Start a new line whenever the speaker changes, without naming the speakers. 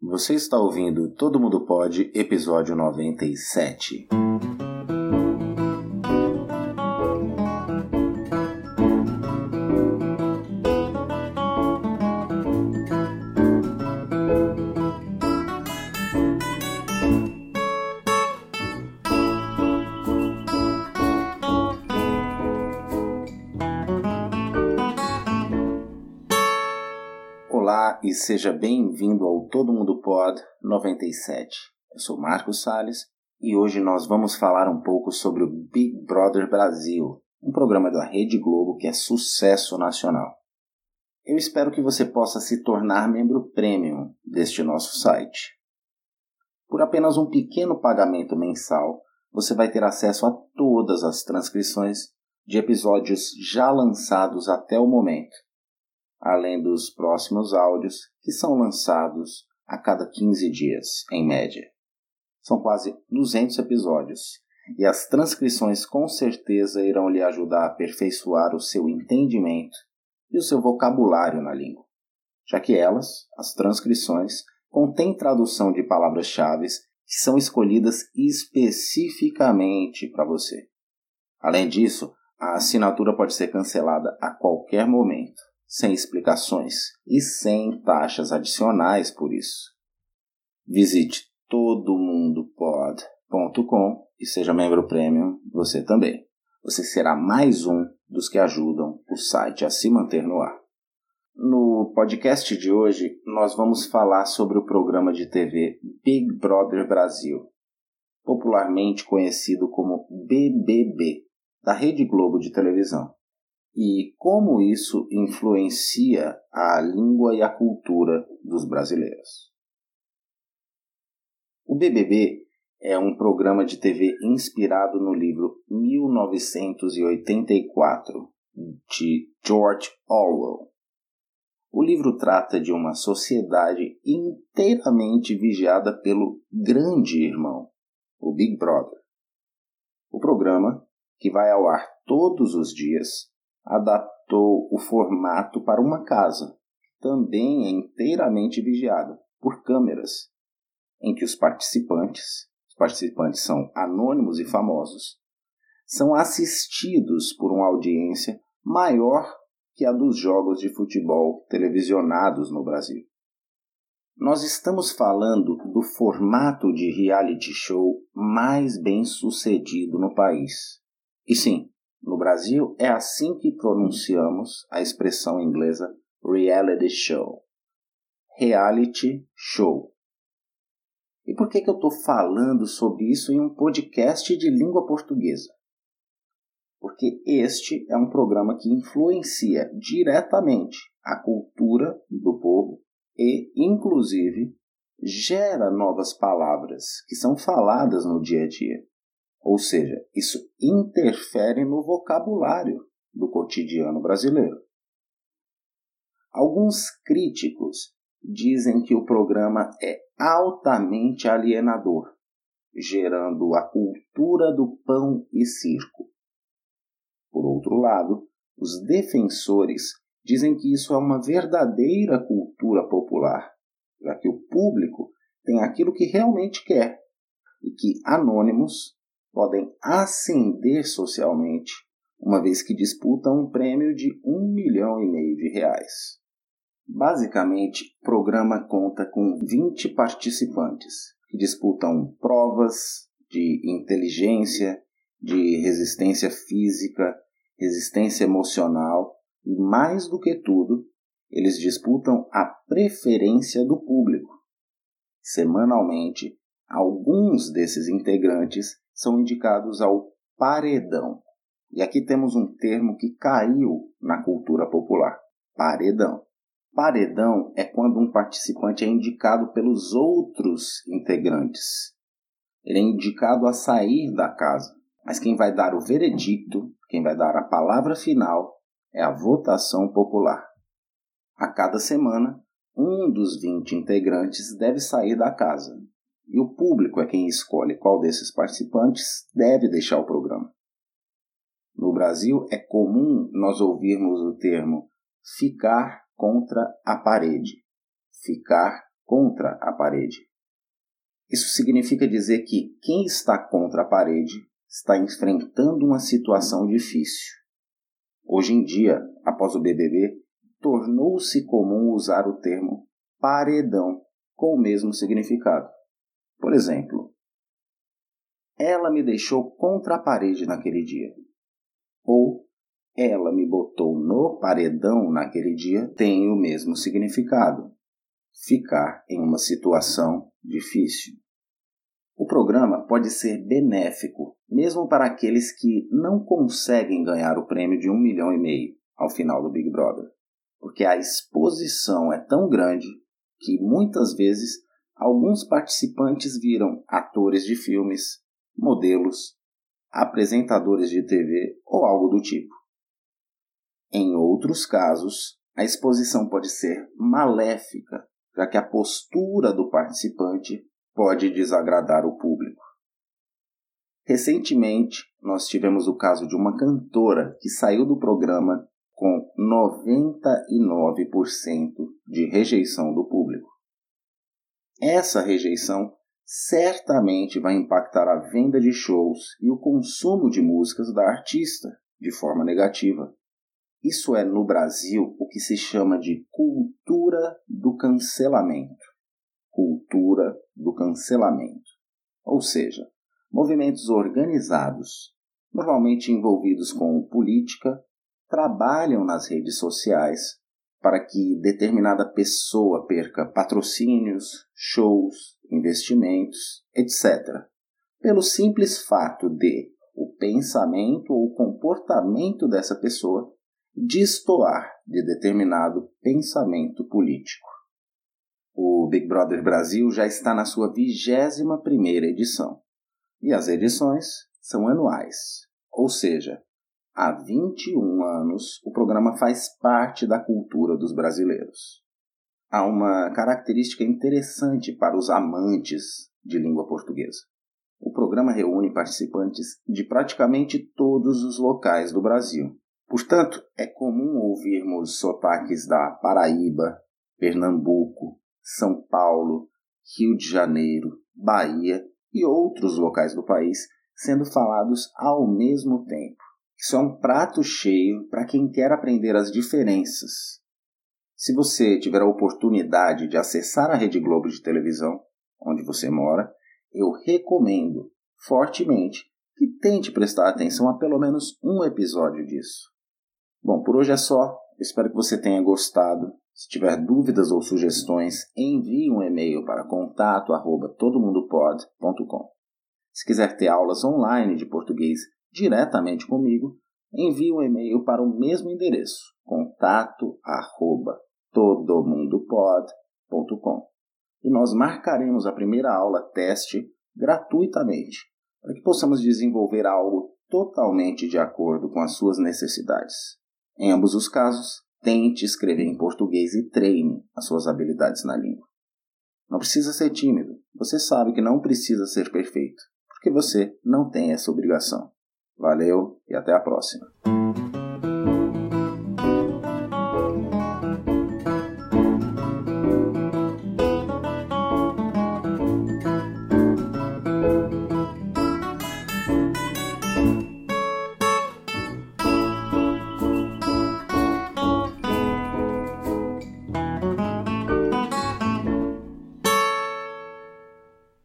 Você está ouvindo Todo Mundo Pode, episódio 97. Olá e seja bem-vindo ao Todo Mundo Pod 97. Eu sou Marcos Salles e hoje nós vamos falar um pouco sobre o Big Brother Brasil, um programa da Rede Globo que é sucesso nacional. Eu espero que você possa se tornar membro premium deste nosso site. Por apenas um pequeno pagamento mensal, você vai ter acesso a todas as transcrições de episódios já lançados até o momento, além dos próximos áudios que são lançados a cada 15 dias, em média. São quase 200 episódios, e as transcrições com certeza irão lhe ajudar a aperfeiçoar o seu entendimento e o seu vocabulário na língua, já que elas, as transcrições, contêm tradução de palavras-chave que são escolhidas especificamente para você. Além disso, a assinatura pode ser cancelada a qualquer momento, sem explicações e sem taxas adicionais por isso. Visite todomundopod.com e seja membro premium você também. Você será mais um dos que ajudam o site a se manter no ar. No podcast de hoje, nós vamos falar sobre o programa de TV Big Brother Brasil, popularmente conhecido como BBB, da Rede Globo de televisão, e como isso influencia a língua e a cultura dos brasileiros. O BBB é um programa de TV inspirado no livro 1984, de George Orwell. O livro trata de uma sociedade inteiramente vigiada pelo grande irmão, o Big Brother. O programa, que vai ao ar todos os dias, adaptou o formato para uma casa, que também é inteiramente vigiada por câmeras, em que os participantes são anônimos e famosos, são assistidos por uma audiência maior que a dos jogos de futebol televisionados no Brasil. Nós estamos falando do formato de reality show mais bem sucedido no país. E sim, no Brasil é assim que pronunciamos a expressão inglesa reality show. Reality show. E por que eu estou falando sobre isso em um podcast de língua portuguesa? Porque este é um programa que influencia diretamente a cultura do povo e, inclusive, gera novas palavras que são faladas no dia a dia. Ou seja, isso interfere no vocabulário do cotidiano brasileiro. Alguns críticos dizem que o programa é altamente alienador, gerando a cultura do pão e circo. Por outro lado, os defensores dizem que isso é uma verdadeira cultura popular, já que o público tem aquilo que realmente quer e que anônimos podem ascender socialmente, uma vez que disputam um prêmio de R$1,5 milhão de reais. Basicamente, o programa conta com 20 participantes, que disputam provas de inteligência, de resistência física, resistência emocional e, mais do que tudo, eles disputam a preferência do público. Semanalmente, alguns desses integrantes são indicados ao paredão. E aqui temos um termo que caiu na cultura popular: paredão. Paredão é quando um participante é indicado pelos outros integrantes. Ele é indicado a sair da casa, mas quem vai dar o veredicto, quem vai dar a palavra final, é a votação popular. A cada semana, um dos 20 integrantes deve sair da casa, e o público é quem escolhe qual desses participantes deve deixar o programa. No Brasil, é comum nós ouvirmos o termo ficar contra a parede, ficar contra a parede. Isso significa dizer que quem está contra a parede está enfrentando uma situação difícil. Hoje em dia, após o BBB, tornou-se comum usar o termo paredão com o mesmo significado. Por exemplo, ela me deixou contra a parede naquele dia. Ou ela me botou no paredão naquele dia tem o mesmo significado. Ficar em uma situação difícil. O programa pode ser benéfico, mesmo para aqueles que não conseguem ganhar o prêmio de 1,5 milhão ao final do Big Brother, porque a exposição é tão grande que muitas vezes alguns participantes viram atores de filmes, modelos, apresentadores de TV ou algo do tipo. Em outros casos, a exposição pode ser maléfica, já que a postura do participante pode desagradar o público. Recentemente, nós tivemos o caso de uma cantora que saiu do programa com 99% de rejeição do público. Essa rejeição certamente vai impactar a venda de shows e o consumo de músicas da artista de forma negativa. Isso é, no Brasil, o que se chama de cultura do cancelamento. Cultura do cancelamento. Ou seja, movimentos organizados, normalmente envolvidos com política, trabalham nas redes sociais para que determinada pessoa perca patrocínios, shows, investimentos, etc. Pelo simples fato de o pensamento ou o comportamento dessa pessoa destoar de determinado pensamento político. O Big Brother Brasil já está na sua 21ª edição, e as edições são anuais, ou seja, há 21 anos o programa faz parte da cultura dos brasileiros. Há uma característica interessante para os amantes de língua portuguesa. O programa reúne participantes de praticamente todos os locais do Brasil. Portanto, é comum ouvirmos sotaques da Paraíba, Pernambuco, São Paulo, Rio de Janeiro, Bahia e outros locais do país sendo falados ao mesmo tempo. Isso é um prato cheio para quem quer aprender as diferenças. Se você tiver a oportunidade de acessar a Rede Globo de televisão, onde você mora, eu recomendo fortemente que tente prestar atenção a pelo menos um episódio disso. Bom, por hoje é só. Espero que você tenha gostado. Se tiver dúvidas ou sugestões, envie um e-mail para contato@todomundopod.com. Se quiser ter aulas online de português diretamente comigo, envie um e-mail para o mesmo endereço, contato@todomundopod.com. E nós marcaremos a primeira aula teste gratuitamente, para que possamos desenvolver algo totalmente de acordo com as suas necessidades. Em ambos os casos, tente escrever em português e treine as suas habilidades na língua. Não precisa ser tímido. Você sabe que não precisa ser perfeito, porque você não tem essa obrigação. Valeu e até a próxima.